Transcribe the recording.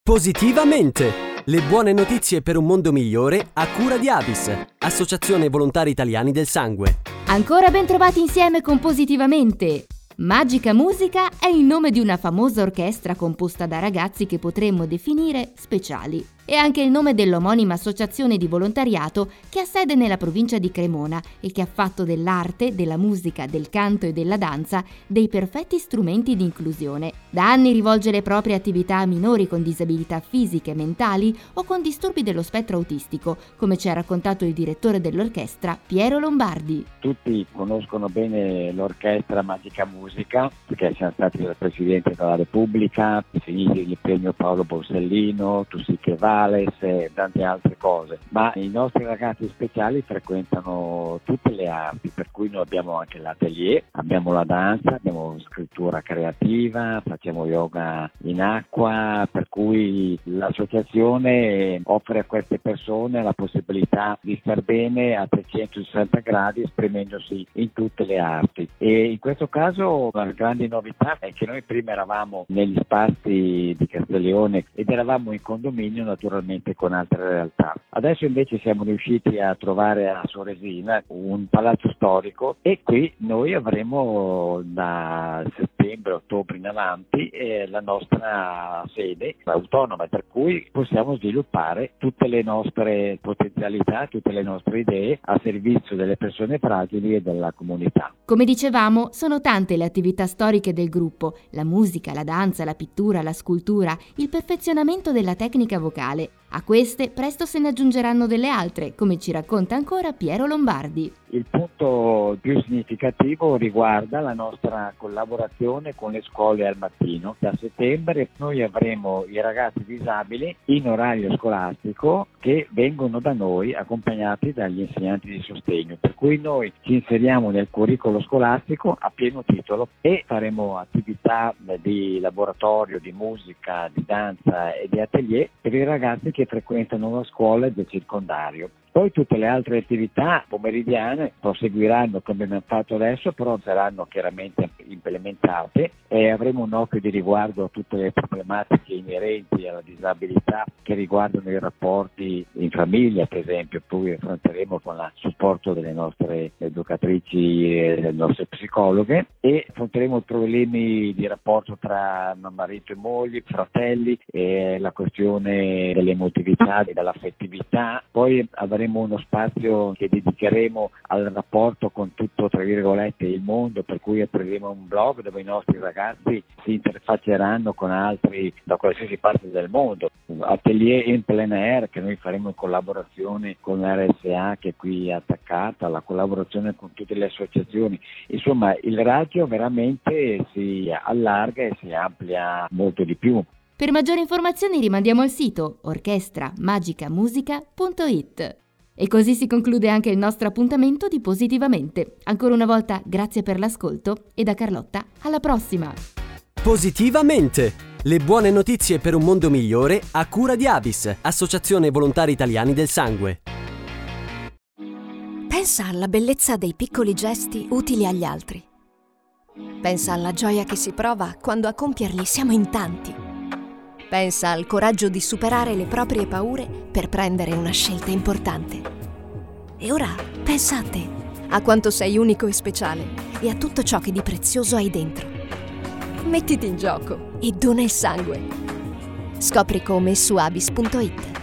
Positivamente! Le buone notizie per un mondo migliore a cura di Avis, Associazione Volontari Italiani del Sangue. Ancora ben trovati insieme con Positivamente! Magica Musica è il nome di una famosa orchestra composta da ragazzi che potremmo definire speciali. È anche il nome dell'omonima associazione di volontariato che ha sede nella provincia di Cremona e che ha fatto dell'arte, della musica, del canto e della danza dei perfetti strumenti di inclusione. Da anni rivolge le proprie attività a minori con disabilità fisiche, mentali o con disturbi dello spettro autistico, come ci ha raccontato il direttore dell'orchestra Piero Lombardi. Tutti conoscono bene l'orchestra Magica Musica perché siamo stati il Presidente della Repubblica, finiti il premio Paolo Borsellino, Tu sì che vales e tante altre cose, ma i nostri ragazzi speciali frequentano tutte le arti, per cui noi abbiamo anche l'atelier, abbiamo la danza, abbiamo scrittura creativa, facciamo yoga in acqua, per cui l'associazione offre a queste persone la possibilità di star bene a 360 gradi esprimendosi in tutte le arti. E in questo caso la grande novità è che noi prima eravamo negli spazi di Castiglione ed eravamo in condominio naturalmente con altre realtà. Adesso invece siamo riusciti a trovare a Soresina un palazzo storico e qui noi avremo da settembre-ottobre in avanti la nostra sede autonoma, per cui possiamo sviluppare tutte le nostre potenzialità, tutte le nostre idee a servizio delle persone fragili e della comunità. Come dicevamo, sono tante le attività storiche del gruppo: la musica, la danza, la pittura, la scultura, il perfezionamento della tecnica vocale. A queste presto se ne aggiungeranno delle altre, come ci racconta ancora Piero Lombardi. Il punto più significativo riguarda la nostra collaborazione con le scuole al mattino. Da settembre noi avremo i ragazzi disabili in orario scolastico che vengono da noi accompagnati dagli insegnanti di sostegno, per cui noi ci inseriamo nel curriculum scolastico a pieno titolo e faremo attività di laboratorio, di musica, di danza e di atelier per i ragazzi che frequentano la scuola del circondario. Poi tutte le altre attività pomeridiane proseguiranno come abbiamo fatto adesso, però saranno chiaramente implementate e avremo un occhio di riguardo a tutte le problematiche inerenti alla disabilità che riguardano i rapporti in famiglia, per esempio. Poi affronteremo con il supporto delle nostre educatrici e delle nostre psicologhe e affronteremo i problemi di rapporto tra marito e moglie, fratelli, e la questione dell'emotività e dell'affettività. Poi avremo uno spazio che dedicheremo al rapporto con tutto, tra virgolette, il mondo, per cui apriremo un blog dove i nostri ragazzi si interfacceranno con altri da qualsiasi parte del mondo. Atelier in plein air che noi faremo in collaborazione con l'RSA che è qui attaccata, la collaborazione con tutte le associazioni. Insomma, il raggio veramente si allarga e si amplia molto di più. Per maggiori informazioni rimandiamo al sito orchestramagicamusica.it. E così si conclude anche il nostro appuntamento di Positivamente. Ancora una volta grazie per l'ascolto e da Carlotta alla prossima! Positivamente! Le buone notizie per un mondo migliore a cura di Avis, Associazione Volontari Italiani del Sangue. Pensa alla bellezza dei piccoli gesti utili agli altri. Pensa alla gioia che si prova quando a compierli siamo in tanti. Pensa al coraggio di superare le proprie paure per prendere una scelta importante. E ora pensa a te, a quanto sei unico e speciale e a tutto ciò che di prezioso hai dentro. Mettiti in gioco e dona il sangue. Scopri come su abis.it.